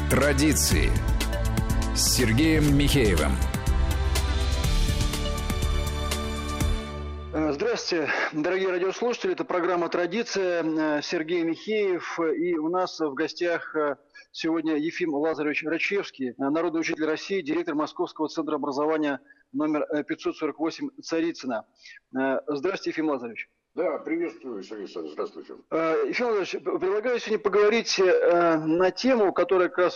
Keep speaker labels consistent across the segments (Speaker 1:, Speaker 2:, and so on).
Speaker 1: Традиции с Сергеем Михеевым.
Speaker 2: Здравствуйте, дорогие радиослушатели. Это программа «Традиция». Сергей Михеев. И у нас в гостях сегодня Ефим Лазаревич Рачевский, народный учитель России, директор Московского центра образования номер 548 Царицына. Здравствуйте, Ефим Лазаревич.
Speaker 3: Да, приветствую, Сергей Александрович, здравствуйте.
Speaker 2: Ефим Лазаревич, предлагаю сегодня поговорить на тему, которая как раз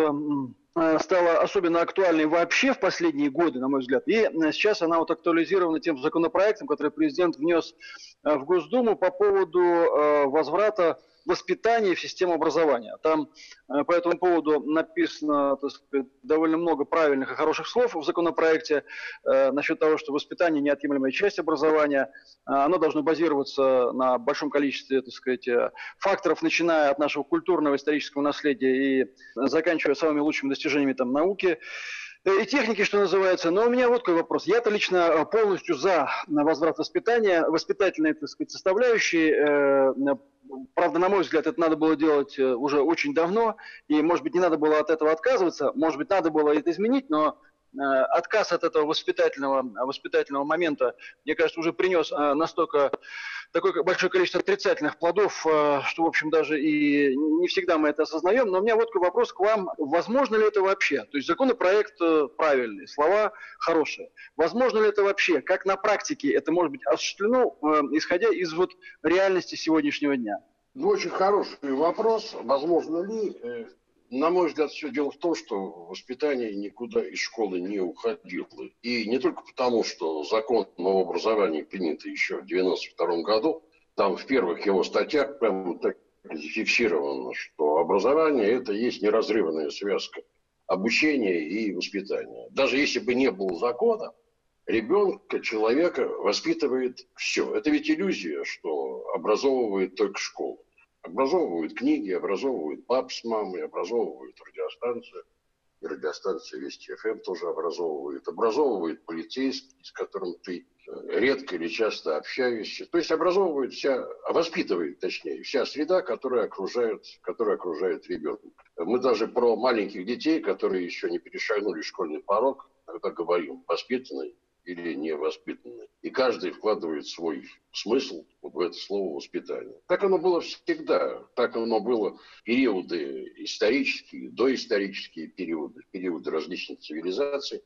Speaker 2: стала особенно актуальной вообще в последние годы, на мой взгляд. И сейчас она актуализирована тем законопроектом, который президент внес в Госдуму по поводу возврата воспитания в систему образования. Там по этому поводу написано, так сказать, довольно много правильных и хороших слов в законопроекте насчет того, что воспитание – неотъемлемая часть образования. Оно должно базироваться на большом количестве, так сказать, факторов, начиная от нашего культурного исторического наследия и заканчивая самыми лучшими достижениями науки и техники, что называется. Но у меня вот какой вопрос. Я-то лично полностью за возврат воспитания, воспитательной, так сказать, составляющей. Правда, на мой взгляд, это надо было делать уже очень давно, и, может быть, не надо было от этого отказываться, может быть, надо было это изменить, но отказ от этого воспитательного момента, мне кажется, уже принес настолько такое большое количество отрицательных плодов, что, в общем, даже и не всегда мы это осознаем. Но у меня вот такой вопрос к вам. Возможно ли это вообще? То есть законопроект правильный, слова хорошие. Возможно ли это вообще? Как на практике это может быть осуществлено, исходя из реальности сегодняшнего дня?
Speaker 3: Ну, очень хороший вопрос. Возможно ли? На мой взгляд, все дело в том, что воспитание никуда из школы не уходило. И не только потому, что закон об образовании принят еще в 1992 году, там в первых его статьях прямо так зафиксировано, что образование – это есть неразрывная связка обучения и воспитания. Даже если бы не было закона, ребенка, человека воспитывает все. Это ведь иллюзия, что образовывает только школа. Образовывают книги, образовывают пап с мамой, образовывают радиостанцию. И радиостанция Вести ФМ тоже образовывает полицейский, с которым ты редко или часто общаешься. То есть воспитывает, точнее, вся среда, которая окружает ребенка. Мы даже про маленьких детей, которые еще не перешагнули школьный порог, иногда говорим, воспитанный или невоспитанный. И каждый вкладывает свой смысл в это слово воспитание. Так оно было всегда. Так оно было в периоды исторические, доисторические периоды различных цивилизаций.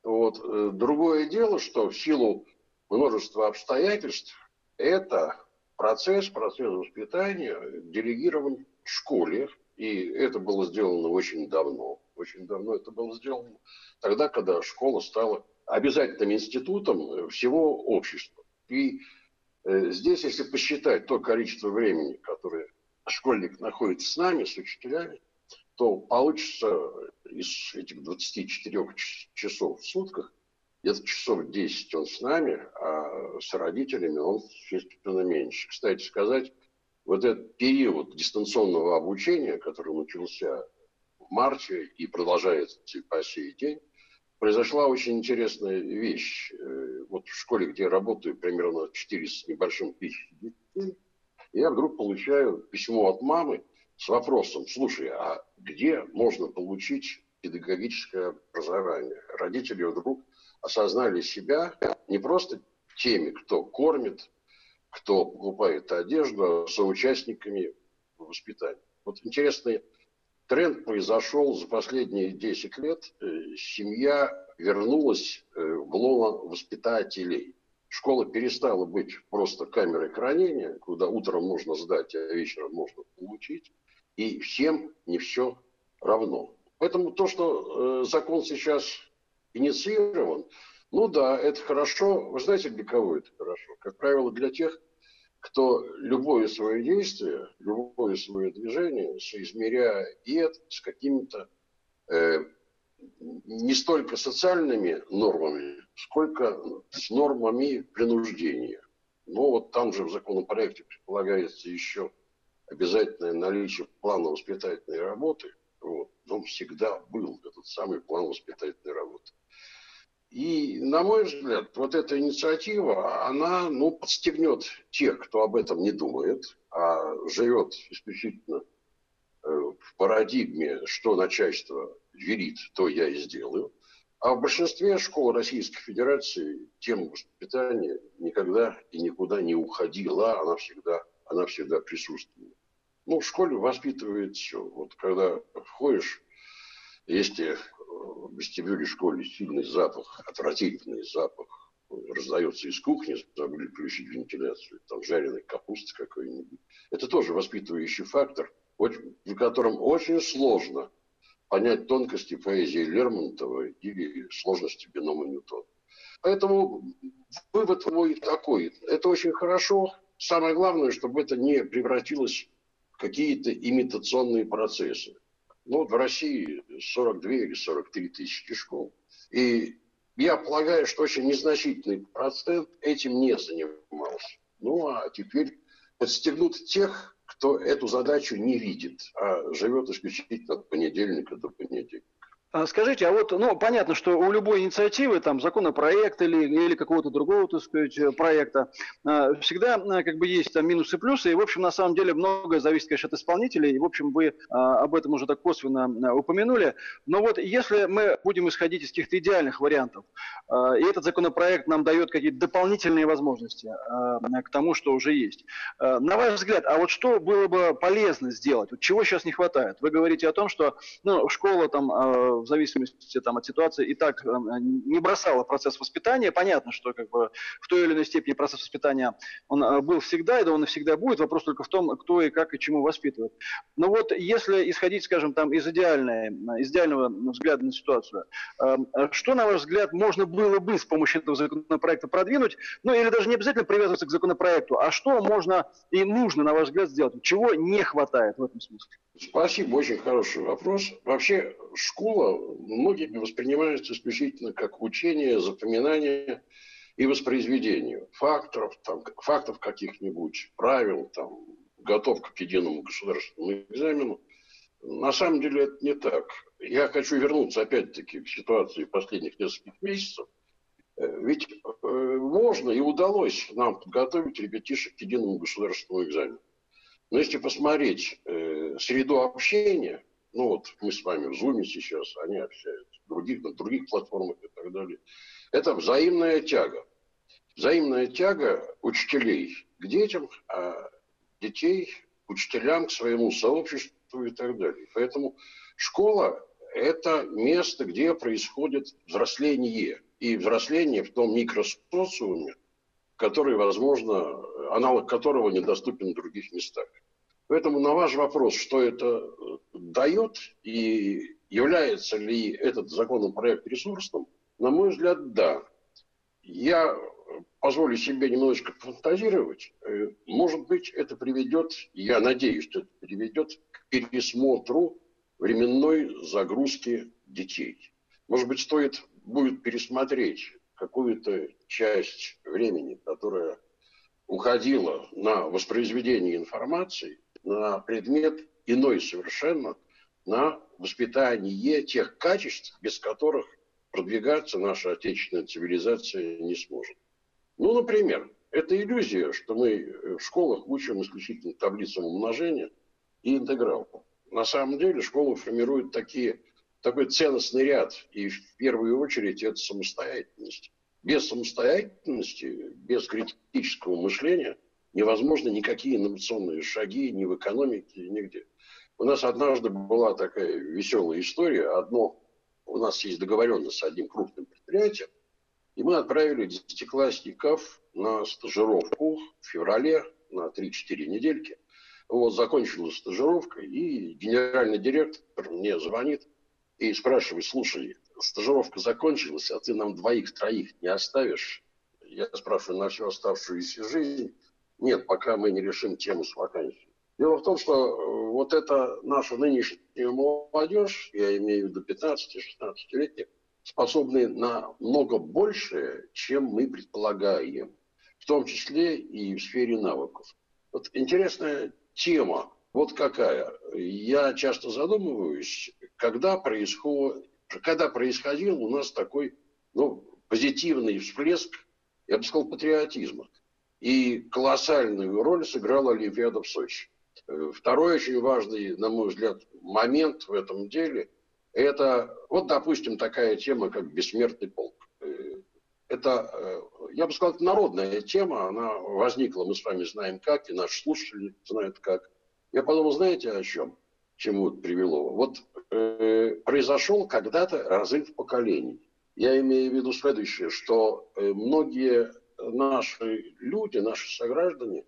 Speaker 3: Другое дело, что в силу множества обстоятельств это процесс воспитания делегирован школе. И это было сделано очень давно. Очень давно это было сделано тогда, когда школа стала обязательным институтом всего общества. И здесь, если посчитать то количество времени, которое школьник находится с нами, с учителями, то получится из этих 24 часов в сутках, где-то часов 10 он с нами, а с родителями он существенно меньше. Кстати сказать, этот период дистанционного обучения, который начался в марте и продолжается и по сей день, произошла очень интересная вещь. В школе, где я работаю, примерно 4 с небольшим тысяч детей, я вдруг получаю письмо от мамы с вопросом: слушай, а где можно получить педагогическое образование? Родители вдруг осознали себя не просто теми, кто кормит, кто покупает одежду, а соучастниками воспитания. Интересный тренд произошел за последние 10 лет. Семья вернулась в лоно воспитателей. Школа перестала быть просто камерой хранения, куда утром можно сдать, а вечером можно получить. И всем не все равно. Поэтому то, что закон сейчас инициирован, это хорошо. Вы знаете, для кого это хорошо? Как правило, для тех, кто любое свое действие, любое свое движение соизмеряет с какими-то не столько социальными нормами, сколько с нормами принуждения. Но там же в законопроекте предполагается еще обязательное наличие плана воспитательной работы. Он всегда был, этот самый план воспитательной работы. И, на мой взгляд, эта инициатива, она, подстегнет тех, кто об этом не думает, а живет исключительно в в парадигме, что начальство верит, то я и сделаю. А в большинстве школ Российской Федерации тема воспитания никогда и никуда не уходила, она всегда присутствует. Ну, в школе воспитывает все. Вот когда входишь, если в вестибюле школы сильный запах, отвратительный запах раздается из кухни, забыли включить вентиляцию, там жареной капусты какой-нибудь. Это тоже воспитывающий фактор, в котором очень сложно понять тонкости поэзии Лермонтова или сложности бинома Ньютона. Поэтому вывод мой такой. Это очень хорошо. Самое главное, чтобы это не превратилось в какие-то имитационные процессы. Ну, вот в России 42 или 43 тысячи школ. И я полагаю, что очень незначительный процент этим не занимался. Ну, а теперь подстегнут тех, кто эту задачу не видит, а живет исключительно от понедельника до понедельника.
Speaker 2: Скажите, а вот, ну, понятно, что у любой инициативы, там, законопроекта или какого-то другого, так сказать, проекта, всегда, как бы, есть там минусы и плюсы, и, в общем, на самом деле, многое зависит, конечно, от исполнителей, и, в общем, вы об этом уже так косвенно упомянули, но вот если мы будем исходить из каких-то идеальных вариантов, и этот законопроект нам дает какие-то дополнительные возможности к тому, что уже есть, на ваш взгляд, а вот что было бы полезно сделать, вот чего сейчас не хватает? Вы говорите о том, что, ну, школа там в зависимости там, от ситуации и так не бросала процесс воспитания. Понятно, что как бы, в той или иной степени процесс воспитания он был всегда, и да, он и всегда будет. Вопрос только в том, кто и как и чему воспитывает. Но вот если исходить, скажем, там, из идеального взгляда на ситуацию, что, на ваш взгляд, можно было бы с помощью этого законопроекта продвинуть? Ну, или даже не обязательно привязываться к законопроекту, а что можно и нужно, на ваш взгляд, сделать? Чего не хватает в этом смысле?
Speaker 3: Спасибо, очень хороший вопрос. Вообще, школа многими воспринимается исключительно как учение, запоминание и воспроизведение фактов каких-нибудь, правил, там, готовка к единому государственному экзамену. На самом деле это не так. Я хочу вернуться опять-таки к ситуации последних нескольких месяцев. Ведь можно и удалось нам подготовить ребятишек к единому государственному экзамену. Но если посмотреть среду общения, ну вот мы с вами в Zoom сейчас, они общаются на других платформах и так далее, это взаимная тяга. Взаимная тяга учителей к детям, а детей к учителям, к своему сообществу и так далее. Поэтому школа – это место, где происходит взросление. И взросление в том микросоциуме, который, возможно, аналог которого недоступен в других местах. Поэтому на ваш вопрос, что это дает и является ли этот законопроект ресурсным, на мой взгляд, да. Я позволю себе немножечко фантазировать. Может быть, это приведет, я надеюсь, что это приведет к пересмотру временной загрузки детей. Может быть, стоит будет пересмотреть какую-то часть времени, которая уходила на воспроизведение информации, на предмет иной совершенно, на воспитание тех качеств, без которых продвигаться наша отечественная цивилизация не сможет. Ну, например, это иллюзия, что мы в школах учим исключительно таблицам умножения и интегралам. На самом деле школа формирует такой ценностный ряд, и в первую очередь это самостоятельность. Без самостоятельности, без критического мышления невозможны никакие инновационные шаги ни в экономике, нигде. У нас однажды была такая веселая история. У нас есть договоренность с одним крупным предприятием, и мы отправили десятиклассников на стажировку в феврале на 3-4 недельки. Вот закончилась стажировка, и генеральный директор мне звонит и спрашивает: слушай, стажировка закончилась, а ты нам 2-3 не оставишь? Я спрашиваю: на всю оставшуюся жизнь? Нет, пока мы не решим тему с вакансией. Дело в том, что вот эта наша нынешняя молодежь, я имею в виду 15-16-летних, способны на много большее, чем мы предполагаем, в том числе и в сфере навыков. Вот интересная тема, вот какая. Я часто задумываюсь, когда происходил у нас такой позитивный всплеск, я бы сказал, патриотизма. И колоссальную роль сыграла Олимпиада в Сочи. Второй очень важный, на мой взгляд, момент в этом деле – это, вот, допустим, такая тема, как бессмертный полк. Это, я бы сказал, народная тема, она возникла, мы с вами знаем как, и наши слушатели знают как. Я подумал, знаете о чем? К чему это привело? Вот произошел когда-то разрыв поколений. Я имею в виду следующее, что многие наши люди, наши сограждане,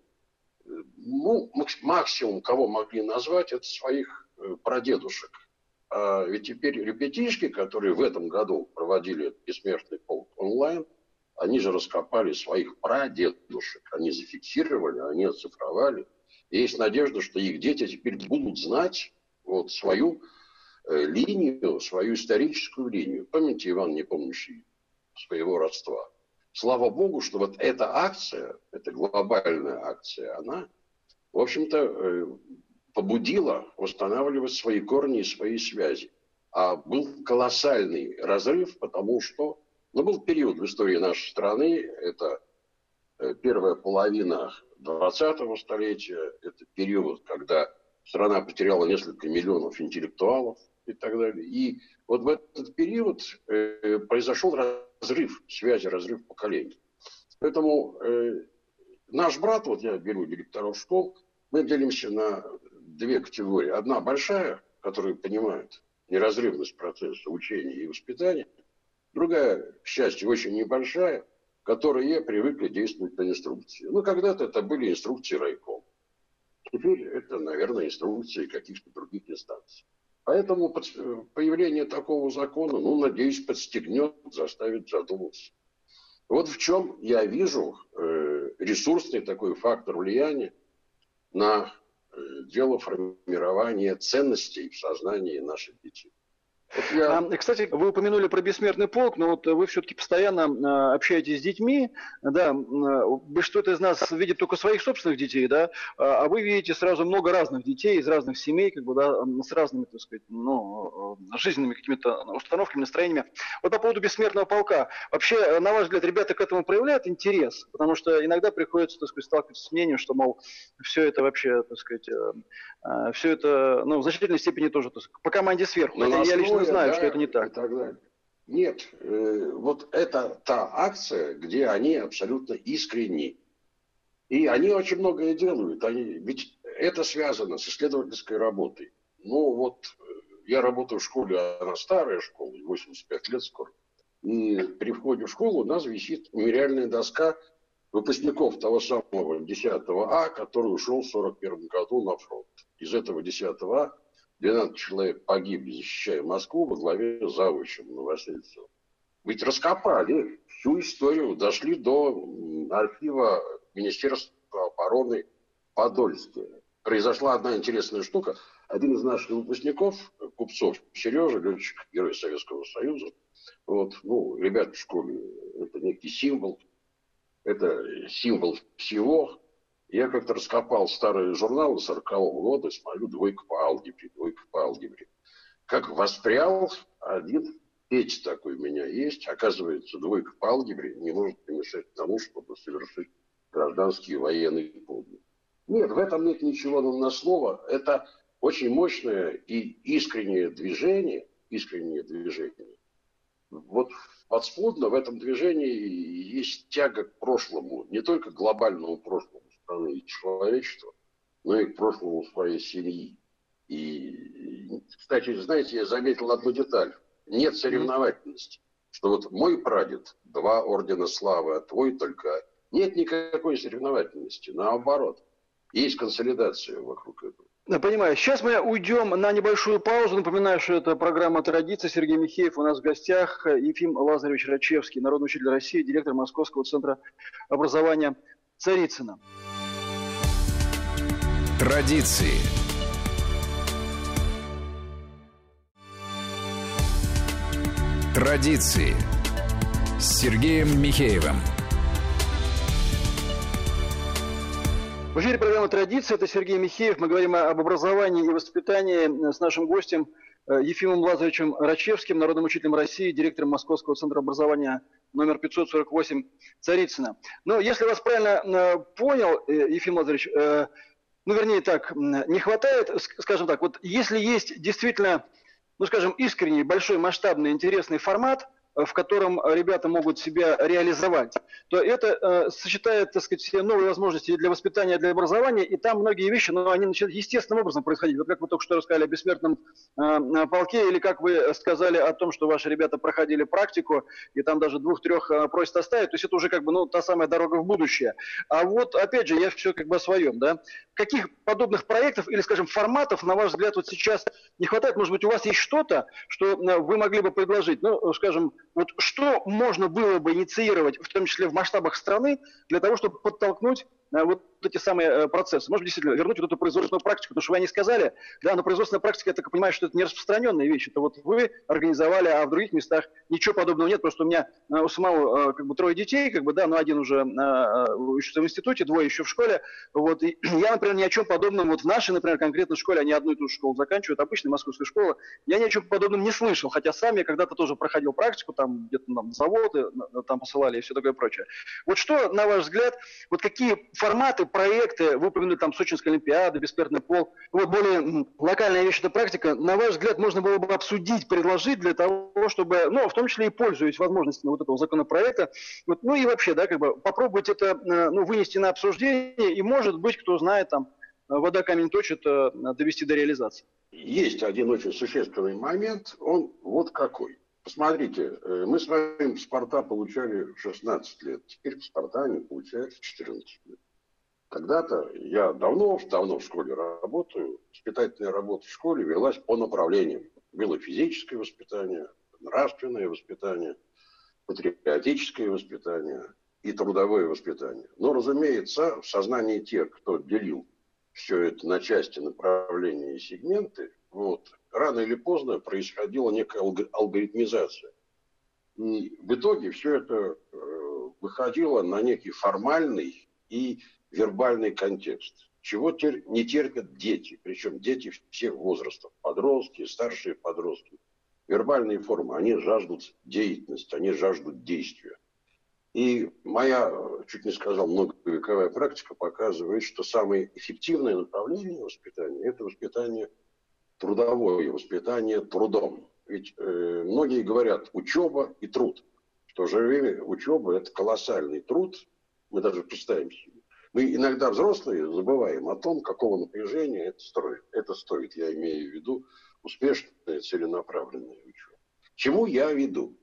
Speaker 3: ну, максимум, кого могли назвать, это своих прадедушек. А ведь теперь ребятишки, которые в этом году проводили бессмертный полк онлайн, они же раскопали своих прадедушек, они зафиксировали, они оцифровали. И есть надежда, что их дети теперь будут знать вот свою линию, свою историческую линию. Помните Иван Непомнящий своего родства? Слава Богу, что вот эта акция, эта глобальная акция, она, в общем-то, побудила восстанавливать свои корни и свои связи. А был колоссальный разрыв, потому что, ну, был период в истории нашей страны, это первая половина 20-го столетия, это период, когда страна потеряла несколько миллионов интеллектуалов и так далее. И вот в этот период произошел разрыв связи, разрыв поколений. Поэтому наш брат, вот я беру директоров школ, мы делимся на две категории. Одна большая, которая понимает неразрывность процесса учения и воспитания. Другая, к счастью, очень небольшая, которые привыкли действовать по инструкции. Ну, когда-то это были инструкции райкома. Теперь это, наверное, инструкции каких-то других инстанций. Поэтому появление такого закона, ну, надеюсь, подстегнет, заставит задуматься. Вот в чем я вижу ресурсный такой фактор влияния на дело формирования ценностей в сознании наших детей. Вот
Speaker 2: Кстати, вы упомянули про бессмертный полк, но вот вы все-таки постоянно общаетесь с детьми, да, большинство из нас видит только своих собственных детей, да, а вы видите сразу много разных детей из разных семей, как бы, да, с разными, так сказать, ну, жизненными какими-то установками, настроениями. Вот по поводу бессмертного полка. Вообще, на ваш взгляд, ребята к этому проявляют интерес? Потому что иногда приходится, так сказать, сталкиваться с мнением, что, мол, все это вообще, так сказать, все это, ну, в значительной степени тоже, так сказать, по команде сверху. Хотя я лично знаю, что это не так.
Speaker 3: Нет, вот это та акция, где они абсолютно искренни. И они очень многое делают. Ведь это связано с исследовательской работой. Ну вот, я работаю в школе, она старая школа, 85 лет скоро. И при входе в школу у нас висит мемориальная доска выпускников того самого 10 А, который ушел в 1941 году на фронт. Из этого 10 А 12 человек погибли, защищая Москву во главе с завучем Новосельцевым. Ведь раскопали всю историю, дошли до архива Министерства обороны Подольское. Произошла одна интересная штука. Один из наших выпускников, Купцов Сережа, летчик, герой Советского Союза, вот, ну, ребят в школе, это некий символ, это символ всего. Я как-то раскопал старые журналы 40-го года, смотрю, двойка по алгебре. Как воспрял один, печь такой у меня есть, оказывается, двойка по алгебре не может помешать тому, чтобы совершить гражданский и военный подвиг. Нет, в этом нет ничего на слово. Это очень мощное и искреннее движение. Вот подспудно в этом движении есть тяга к прошлому, не только к глобальному прошлому страны и человечества, но и к прошлому своей семьи. И, кстати, знаете, я заметил одну деталь. Нет соревновательности. Что вот мой прадед 2 ордена славы, а твой только... Нет никакой соревновательности. Наоборот. Есть консолидация вокруг этого.
Speaker 2: Понимаю. Сейчас мы уйдем на небольшую паузу. Напоминаю, что это программа «Традиция». Сергей Михеев у нас в гостях. Ефим Лазаревич Рачевский, народный учитель России, директор Московского центра образования Царицына.
Speaker 1: Традиции. Традиции с Сергеем Михеевым.
Speaker 2: В эфире программа «Традиция». Это Сергей Михеев. Мы говорим об образовании и воспитании с нашим гостем Ефимом Лазаревичем Рачевским, народным учителем России, директором Московского центра образования номер 548 Царицына. Но если вас правильно понял, Ефим Лазаревич, ну, вернее так, не хватает, скажем так, вот если есть действительно, ну, скажем, искренний, большой, масштабный, интересный формат, в котором ребята могут себя реализовать, то это сочетает, так сказать, все новые возможности для воспитания, для образования, и там многие вещи, но они начинают естественным образом происходить. Вот как вы только что рассказали о бессмертном полке, или как вы сказали о том, что ваши ребята проходили практику, и там даже 2-3 просят оставить, то есть это уже как бы, ну, та самая дорога в будущее. А вот, опять же, я все как бы о своем, да. Каких подобных проектов или, скажем, форматов, на ваш взгляд, вот сейчас не хватает? Может быть, у вас есть что-то, что вы могли бы предложить? Ну, скажем, вот что можно было бы инициировать, в том числе в масштабах страны, для того, чтобы подтолкнуть вот эти самые процессы? Может, действительно, вернуть вот эту производственную практику, потому что вы не сказали, да, но производственная практика, я так понимаю, что это не распространенная вещь, это вот вы организовали, а в других местах ничего подобного нет, просто у меня у самого как бы 3 детей, как бы, да, но один уже учится в институте, 2 еще в школе, вот, и я, например, ни о чем подобном, вот в нашей, например, конкретно школе, они одну и ту же школу заканчивают, обычная московская школа, я ни о чем подобном не слышал, хотя сам я когда-то тоже проходил практику, там где-то там заводы, там посылали и все такое прочее. Вот что, на ваш взгляд, вот какие форматы, проекты, вы упомянули там Сочинская олимпиада, бессмертный полк, вот более локальная вещь, эта практика, на ваш взгляд, можно было бы обсудить, предложить для того, чтобы, ну, в том числе и пользуясь возможностями вот этого законопроекта, вот, ну и вообще, да, как бы попробовать это, ну, вынести на обсуждение, и, может быть, кто знает, там, вода камень точит, довести до реализации.
Speaker 3: Есть один очень существенный момент, он вот какой. Посмотрите, мы с вами паспорта получали 16 лет, теперь паспорта они получают 14 лет. Когда-то, я давно в школе работаю, воспитательная работа в школе велась по направлениям. Было физическое воспитание, нравственное воспитание, патриотическое воспитание и трудовое воспитание. Но, разумеется, в сознании тех, кто делил все это на части, направления и сегменты, вот, рано или поздно происходила некая алгоритмизация. И в итоге все это выходило на некий формальный и вербальный контекст, чего не терпят дети, причем дети всех возрастов, подростки, старшие подростки. Вербальные формы, они жаждут деятельности, они жаждут действия. И моя, чуть не сказал, многовековая практика показывает, что самое эффективное направление воспитания – это воспитание трудовое, воспитание трудом. Ведь многие говорят учеба и труд. В то же время учеба – это колоссальный труд, мы даже представим себе. Мы иногда, взрослые, забываем о том, какого напряжения это стоит. Я имею в виду успешная, целенаправленная учеба. К чему я веду?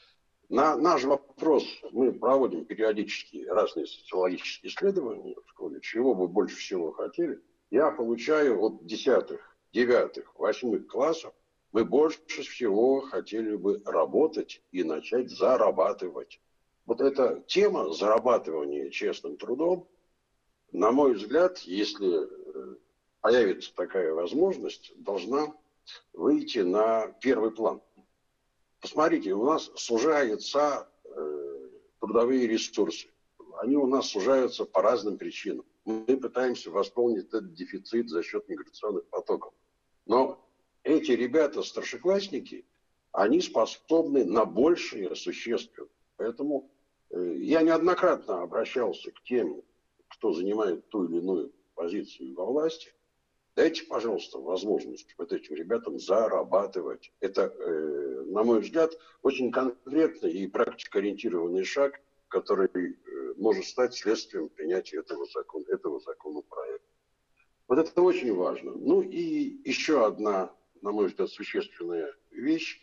Speaker 3: На наш вопрос мы проводим периодически разные социологические исследования в школе. Чего вы больше всего хотели? Я получаю от 10, 9, 8 классов. Мы больше всего хотели бы работать и начать зарабатывать. Вот эта тема зарабатывания честным трудом, на мой взгляд, если появится такая возможность, должна выйти на первый план. Посмотрите, у нас сужаются трудовые ресурсы. Они у нас сужаются по разным причинам. Мы пытаемся восполнить этот дефицит за счет миграционных потоков. Но эти ребята, старшеклассники, они способны на большее существенно. Поэтому я неоднократно обращался к тем, кто занимает ту или иную позицию во власти. Дайте, пожалуйста, возможность вот этим ребятам зарабатывать. Это, на мой взгляд, очень конкретный и практикоориентированный шаг, который может стать следствием принятия этого законопроекта. Вот это очень важно. Ну и еще одна, на мой взгляд, существенная вещь.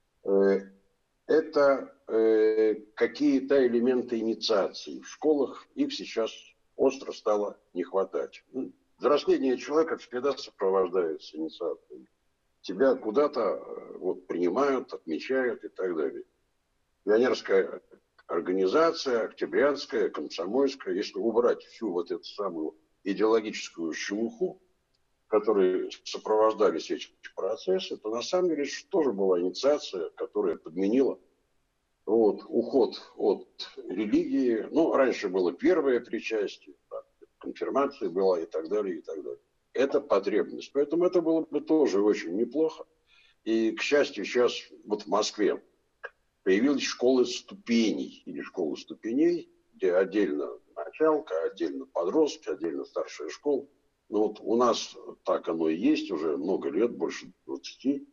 Speaker 3: Это какие-то элементы инициации. В школах их сейчас остро стало не хватать. Взросление человека всегда сопровождается инициацией. Тебя куда-то вот, принимают, отмечают и так далее. Пионерская организация, октябрянская, комсомольская, если убрать всю вот эту самую идеологическую шелуху, которые сопровождались эти процессы, то на самом деле тоже была инициация, которая подменила вот, уход от религии. Ну, раньше было первое причастие, конфирмация была и так далее, и так далее. Это потребность. Поэтому это было бы тоже очень неплохо. И, к счастью, сейчас вот в Москве появилась школа ступеней или школа ступеней, где отдельно началка, отдельно подростки, отдельно старшая школа. Ну вот у нас так оно и есть уже много лет, больше 20.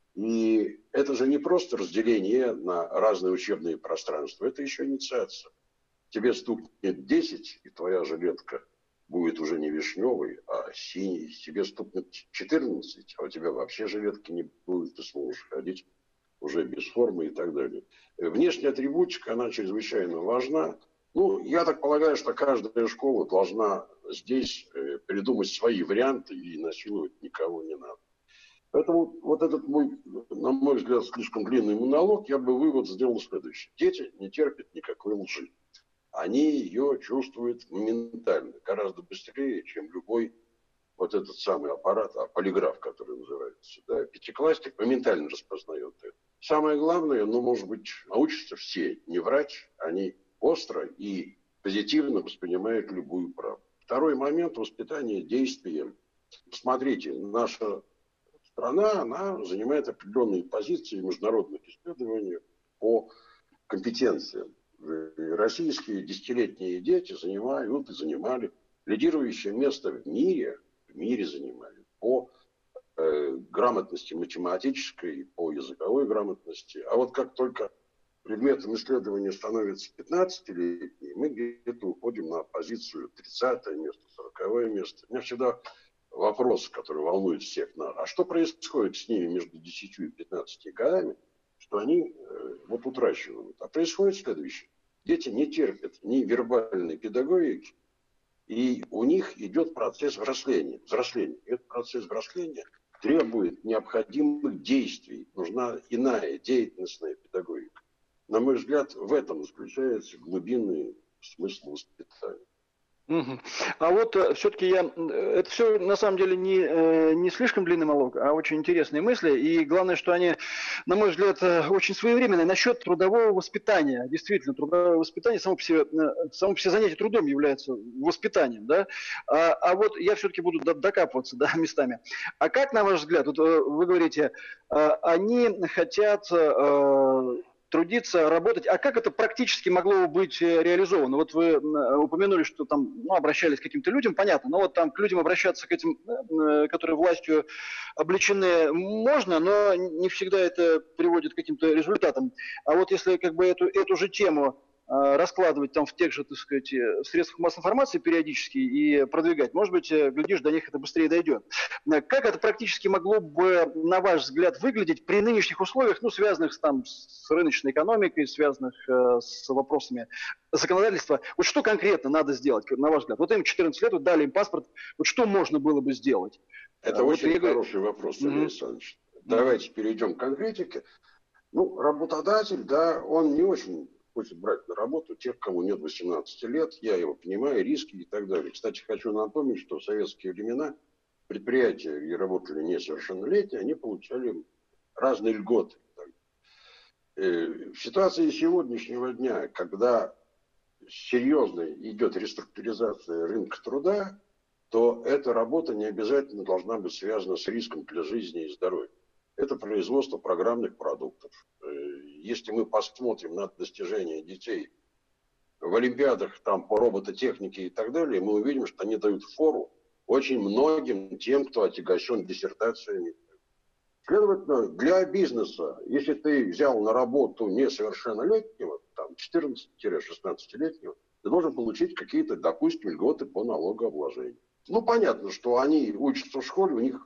Speaker 3: И это же не просто разделение на разные учебные пространства, это еще инициация. Тебе стукнет 10, и твоя жилетка будет уже не вишневой, а синей. Тебе стукнет 14, а у тебя вообще жилетки не будет, ты сможешь ходить уже без формы и так далее. Внешняя атрибутика, она чрезвычайно важна. Ну, я так полагаю, что каждая школа должна здесь придумать свои варианты, и насиловать никого не надо. Поэтому вот этот мой, на мой взгляд, слишком длинный монолог, я бы вывод сделал следующий. Дети не терпят никакой лжи. Они ее чувствуют моментально, гораздо быстрее, чем любой вот этот самый аппарат, полиграф, который называется. Да, пятиклассник моментально распознает это. Самое главное, может быть, научатся все не врать, они остро и позитивно воспринимают любую правду. Второй момент – воспитание действием. Посмотрите, наша страна, она занимает определенные позиции в международных исследованиях по компетенциям. Российские десятилетние дети занимают и занимали лидирующее место в мире занимали по грамотности математической, по языковой грамотности. А вот как только предметом исследования становится 15-летний, мы где-то уходим на позицию 30-е место, 40-е место. У меня всегда вопрос, который волнует всех нас. А что происходит с ними между 10 и 15 годами, что они вот утрачивают? А происходит следующее. Дети не терпят ни вербальной педагогики, и у них идет процесс взросления. Этот процесс взросления требует необходимых действий. Нужна иная деятельностная педагогика. На мой взгляд, в этом заключается глубинный смысл воспитания.
Speaker 2: Угу. А вот все-таки это все на самом деле не слишком длинный монолог, а очень интересные мысли. И главное, что они, на мой взгляд, очень своевременные. Насчет трудового воспитания. Действительно, трудовое воспитание, само по себе занятие трудом является воспитанием. Да? А вот я все-таки буду докапываться местами. А как, на ваш взгляд, вот вы говорите, они хотят трудиться, работать. А как это практически могло быть реализовано? Вот вы упомянули, что там обращались к каким-то людям, понятно, но вот там к людям обращаться, к этим, которые властью облечены, можно, но не всегда это приводит к каким-то результатам. А вот если как бы эту же тему раскладывать там в тех же, так сказать, средствах массовой информации периодически и продвигать, может быть, глядишь, до них это быстрее дойдет. Как это практически могло бы, на ваш взгляд, выглядеть при нынешних условиях, связанных там с рыночной экономикой, связанных с вопросами законодательства? Вот что конкретно надо сделать, на ваш взгляд? Вот им 14 лет, вот дали им паспорт, вот что можно было бы сделать?
Speaker 3: Это очень хороший вопрос, Сергей Александрович. Давайте перейдем к конкретике. Работодатель, да, он не очень хочет брать на работу тех, кому нет 18 лет, я его понимаю, риски и так далее. Кстати, хочу напомнить, что в советские времена предприятия, где работали несовершеннолетние, они получали разные льготы. В ситуации сегодняшнего дня, когда серьезно идет реструктуризация рынка труда, то эта работа не обязательно должна быть связана с риском для жизни и здоровья. Это производство программных продуктов. Если мы посмотрим на достижения детей в олимпиадах там, по робототехнике и так далее, мы увидим, что они дают фору очень многим тем, кто отягощен диссертациями. Следовательно, для бизнеса, если ты взял на работу несовершеннолетнего, там 14-16-летнего, ты должен получить какие-то, допустим, льготы по налогообложению. Понятно, что они учатся в школе, у них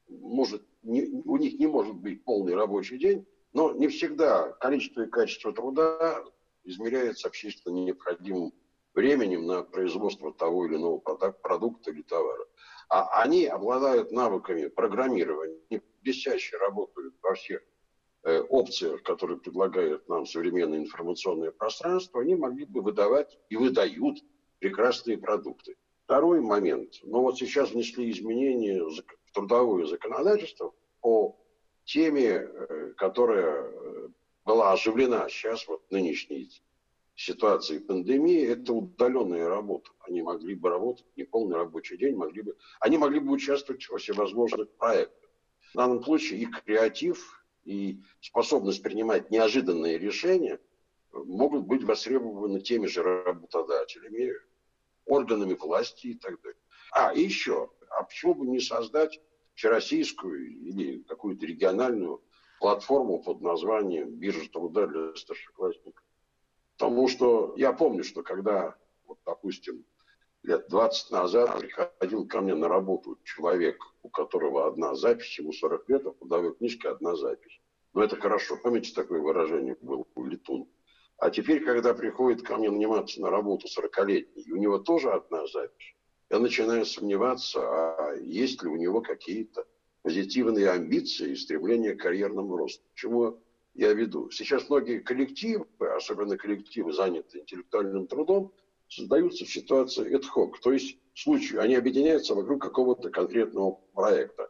Speaker 3: не может быть полный рабочий день, но не всегда количество и качество труда измеряется общественно необходимым временем на производство того или иного продукта или товара. А они обладают навыками программирования, они блестяще работают во всех опциях, которые предлагает нам современное информационное пространство, они могли бы выдавать и выдают прекрасные продукты. Второй момент. Вот сейчас внесли изменения в трудовое законодательство по теме, которая была оживлена сейчас в нынешней ситуации пандемии, это удаленная работа. Они могли бы работать неполный рабочий день, они могли бы участвовать во всевозможных проектах. В данном случае и креатив, и способность принимать неожиданные решения могут быть востребованы теми же работодателями, органами власти и так далее. И еще, А почему бы не создать всероссийскую или какую-то региональную платформу под названием «Биржа труда для старшеклассников»? Потому что я помню, что когда, вот, допустим, лет 20 назад приходил ко мне на работу человек, у которого одна запись, ему 40 лет, а в трудовой книжке одна запись. Но это хорошо. Помните, такое выражение было у Летун? А теперь, когда приходит ко мне наниматься на работу 40-летний, и у него тоже одна запись, я начинаю сомневаться, а есть ли у него какие-то позитивные амбиции и стремления к карьерному росту. К чему я веду? Сейчас многие коллективы, особенно коллективы, занятые интеллектуальным трудом, создаются в ситуации ad hoc. То есть в случае они объединяются вокруг какого-то конкретного проекта.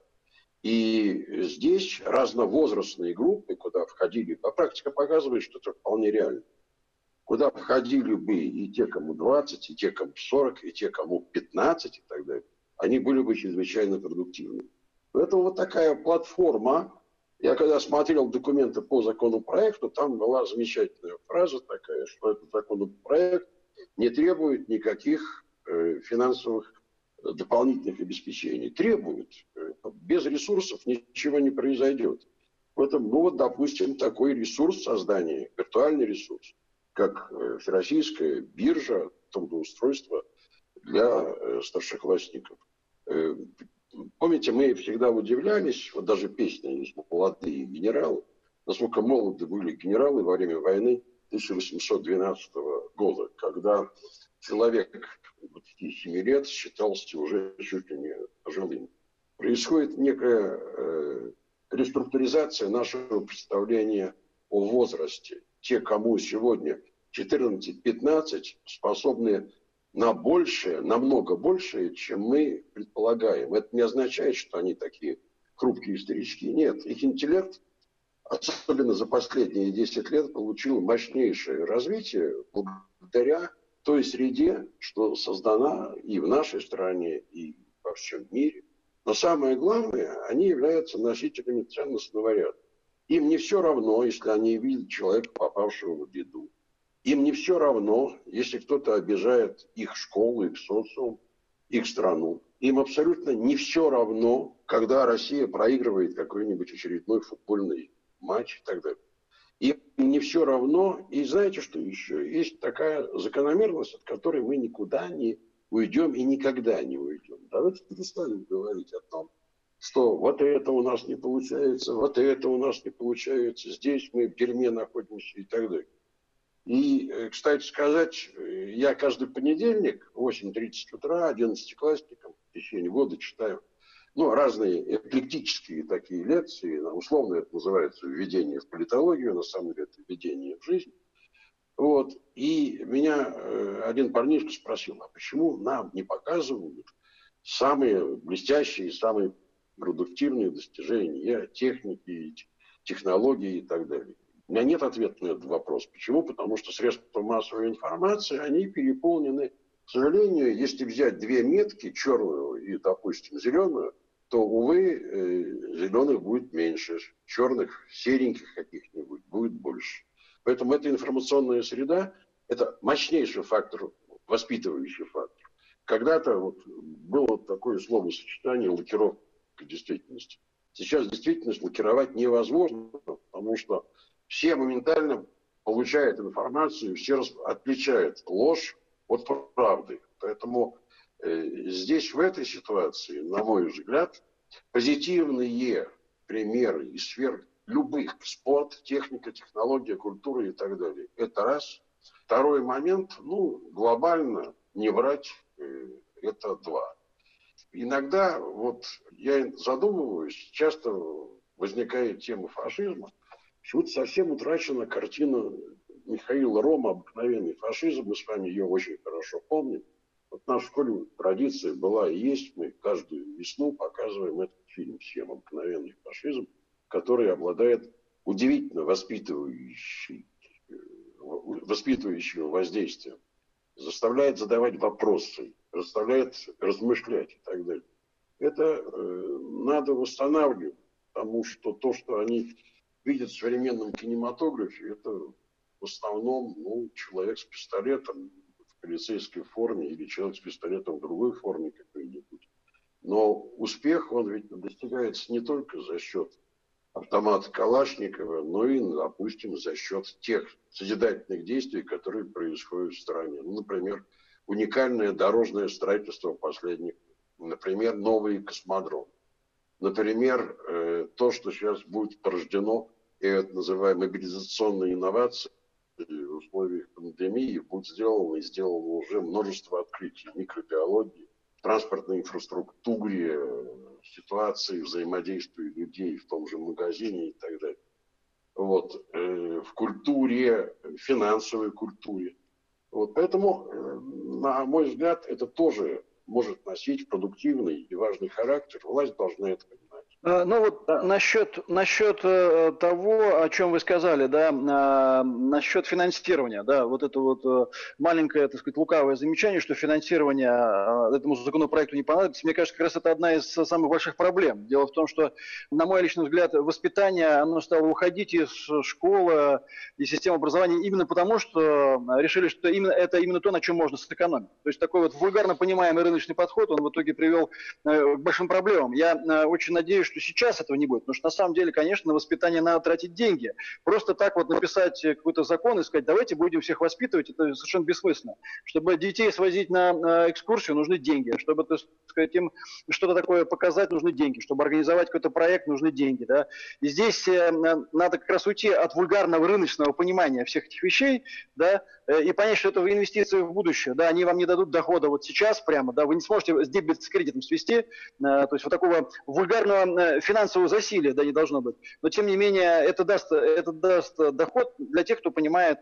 Speaker 3: И здесь разновозрастные группы, куда входили, а практика показывает, что это вполне реально, куда входили бы и те, кому 20, и те, кому 40, и те, кому 15 и так далее, они были бы чрезвычайно продуктивны. Поэтому вот такая платформа. Я когда смотрел документы по законопроекту, там была замечательная фраза такая, что этот законопроект не требует никаких финансовых дополнительных обеспечений. Требует. Без ресурсов ничего не произойдет. Поэтому, ну вот, допустим, такой ресурс создания, виртуальный ресурс, как всероссийская биржа трудоустройства для старшеклассников. Помните, мы всегда удивлялись, вот даже песня есть «Молодые генералы», насколько молоды были генералы во время войны 1812 года, когда человек 27 лет считался уже чуть ли не пожилым. Происходит некая реструктуризация нашего представления о возрасте. Те, кому сегодня 14-15, способны на большее, намного большее, чем мы предполагаем. Это не означает, что они такие хрупкие старички. Нет, их интеллект, особенно за последние 10 лет, получил мощнейшее развитие благодаря той среде, что создана и в нашей стране, и во всем мире. Но самое главное, они являются носителями ценностного ряда. Им не все равно, если они видят человека, попавшего в беду. Им не все равно, если кто-то обижает их школу, их социум, их страну. Им абсолютно не все равно, когда Россия проигрывает какой-нибудь очередной футбольный матч и так далее. Им не все равно. И знаете, что еще? Есть такая закономерность, от которой мы никуда не уйдем и никогда не уйдем. Давайте перестанем говорить о том, что вот это у нас не получается, вот это у нас не получается, здесь мы в дерьме находимся и так далее. И, кстати сказать, я каждый понедельник в 8:30 утра 11-классникам в течение года читаю разные эклектические такие лекции. Условно это называется «Введение в политологию», на самом деле это «Введение в жизнь». Вот. И меня один парнишка спросил, а почему нам не показывают самые блестящие, самые продуктивные достижения техники, технологий и так далее. У меня нет ответа на этот вопрос. Почему? Потому что средства массовой информации, они переполнены. К сожалению, если взять две метки, черную и, допустим, зеленую, то, увы, зеленых будет меньше, черных, сереньких каких-нибудь будет больше. Поэтому эта информационная среда – это мощнейший фактор, воспитывающий фактор. Когда-то было такое словосочетание «лакировка действительности». Сейчас действительность лакировать невозможно, потому что все моментально получают информацию, все отличают ложь от правды. Поэтому здесь, в этой ситуации, на мой взгляд, позитивные примеры из сфер любых: спорт, техника, технология, культура и так далее. Это раз. Второй момент, глобально не врать, это два. Иногда я задумываюсь, часто возникает тема фашизма. Почему-то совсем утрачена картина Михаила Рома «Обыкновенный фашизм». Мы с вами ее очень хорошо помним. В нашей школе традиция была и есть. Мы каждую весну показываем этот фильм всем «Обыкновенный фашизм», который обладает удивительно воспитывающим воздействием. Заставляет задавать вопросы, заставляет размышлять и так далее. Это надо восстанавливать, потому что то, что они видят в современном кинематографе, это в основном человек с пистолетом в полицейской форме или человек с пистолетом в другой форме какой-нибудь. Но успех, он ведь достигается не только за счет автомата Калашникова, но и, допустим, за счет тех созидательных действий, которые происходят в стране. Ну, например, уникальное дорожное строительство последних, например, новый космодром. Например, то, что сейчас будет порождено, я это называю мобилизационной инновацией, в условиях пандемии будет сделано уже множество открытий в микробиологии, транспортной инфраструктуре, ситуации взаимодействия людей в том же магазине и так далее. Вот, в культуре, финансовой культуре. Вот, поэтому, на мой взгляд, это тоже может носить продуктивный и важный характер. Власть должна это понимать.
Speaker 2: Ну вот насчет того, о чем вы сказали, да, насчет финансирования, да, вот это вот маленькое, так сказать, лукавое замечание, что финансирование этому законопроекту не понадобится, мне кажется, как раз это одна из самых больших проблем. Дело в том, что, на мой личный взгляд, воспитание, оно стало уходить из школы и системы образования именно потому, что решили, что это именно то, на чем можно сэкономить. То есть такой вот вульгарно понимаемый рыночный подход, он в итоге привел к большим проблемам. Я очень надеюсь, что сейчас этого не будет, потому что на самом деле, конечно, на воспитание надо тратить деньги. Просто так вот написать какой-то закон и сказать, давайте будем всех воспитывать, это совершенно бессмысленно. Чтобы детей свозить на экскурсию, нужны деньги. Чтобы, так сказать, им что-то такое показать, нужны деньги. Чтобы организовать какой-то проект, нужны деньги. Да? И здесь надо как раз уйти от вульгарного рыночного понимания всех этих вещей, да, и понять, что это инвестиции в будущее. Да, они вам не дадут дохода вот сейчас прямо, да, вы не сможете с дебет с кредитом свести, то есть вот такого вульгарного финансового засилия, да, не должно быть. Но тем не менее это даст доход для тех, кто понимает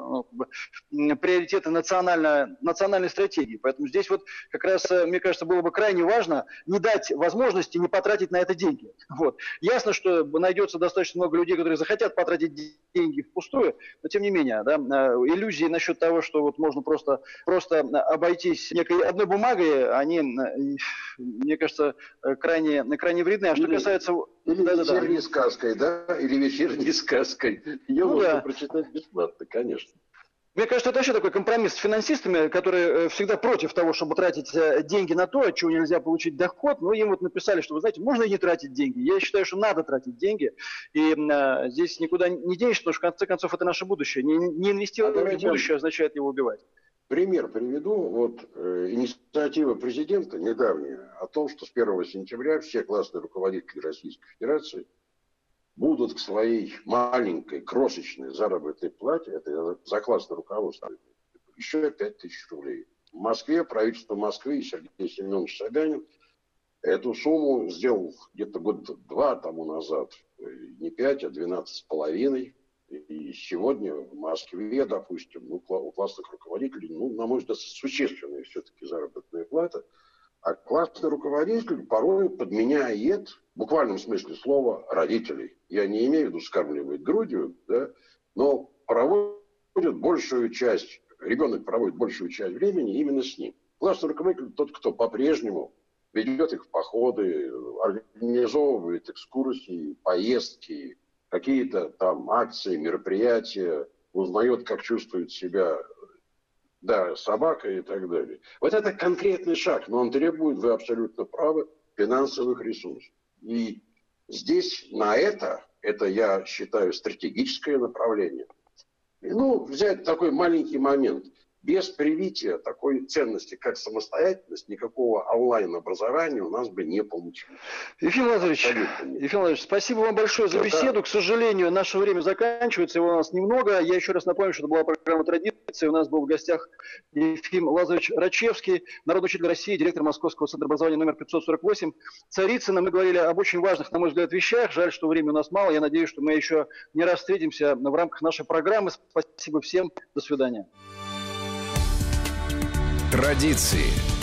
Speaker 2: приоритеты национальной стратегии. Поэтому здесь вот как раз, мне кажется, было бы крайне важно не дать возможности не потратить на это деньги. Вот. Ясно, что найдется достаточно много людей, которые захотят потратить деньги впустую, но тем не менее, да, иллюзии насчет того, что вот можно просто обойтись некой одной бумагой, они, мне кажется, крайне вредны. А что касается...
Speaker 3: Или вечерней сказкой, да? Или вечерней сказкой. Ее можно прочитать бесплатно, конечно.
Speaker 2: Мне кажется, это вообще такой компромисс с финансистами, которые всегда против того, чтобы тратить деньги на то, от чего нельзя получить доход. Но им вот написали, что, вы знаете, можно и не тратить деньги. Я считаю, что надо тратить деньги. И здесь никуда не денешься, потому что, в конце концов, это наше будущее. Не инвестировать в будущее означает его убивать.
Speaker 3: Пример приведу. Вот инициатива президента недавняя о том, что с 1 сентября все классные руководители Российской Федерации будут к своей маленькой, крошечной заработной плате, это за классное руководство, еще 5000 рублей. В Москве, правительство Москвы и Сергей Семенович Собянин эту сумму сделал где-то год-два тому назад. Не 5, а 12,5. И сегодня в Москве, допустим, у классных руководителей, на мой взгляд, существенная все-таки заработная плата. А классный руководитель порой подменяет, в буквальном смысле слова, родителей. Я не имею в виду скармливает грудью, да, но проводит большую часть, ребенок проводит большую часть времени именно с ним. Классный руководитель тот, кто по-прежнему ведет их в походы, организовывает экскурсии, поездки, какие-то там акции, мероприятия, узнает, как чувствует себя собака и так далее. Вот это конкретный шаг, но он требует, вы абсолютно правы, финансовых ресурсов. И здесь на это я считаю стратегическое направление. И, взять такой маленький момент. Без привития такой ценности, как самостоятельность, никакого онлайн-образования у нас бы не получилось.
Speaker 2: Ефим Лазаревич, спасибо вам большое за беседу. К сожалению, наше время заканчивается, его у нас немного. Я еще раз напомню, что это была программа «Традиции». У нас был в гостях Ефим Лазаревич Рачевский, народный учитель России, директор Московского центра образования номер 548. Царицына. Мы говорили об очень важных, на мой взгляд, вещах. Жаль, что времени у нас мало. Я надеюсь, что мы еще не раз встретимся в рамках нашей программы. Спасибо всем. До свидания.
Speaker 1: Традиции.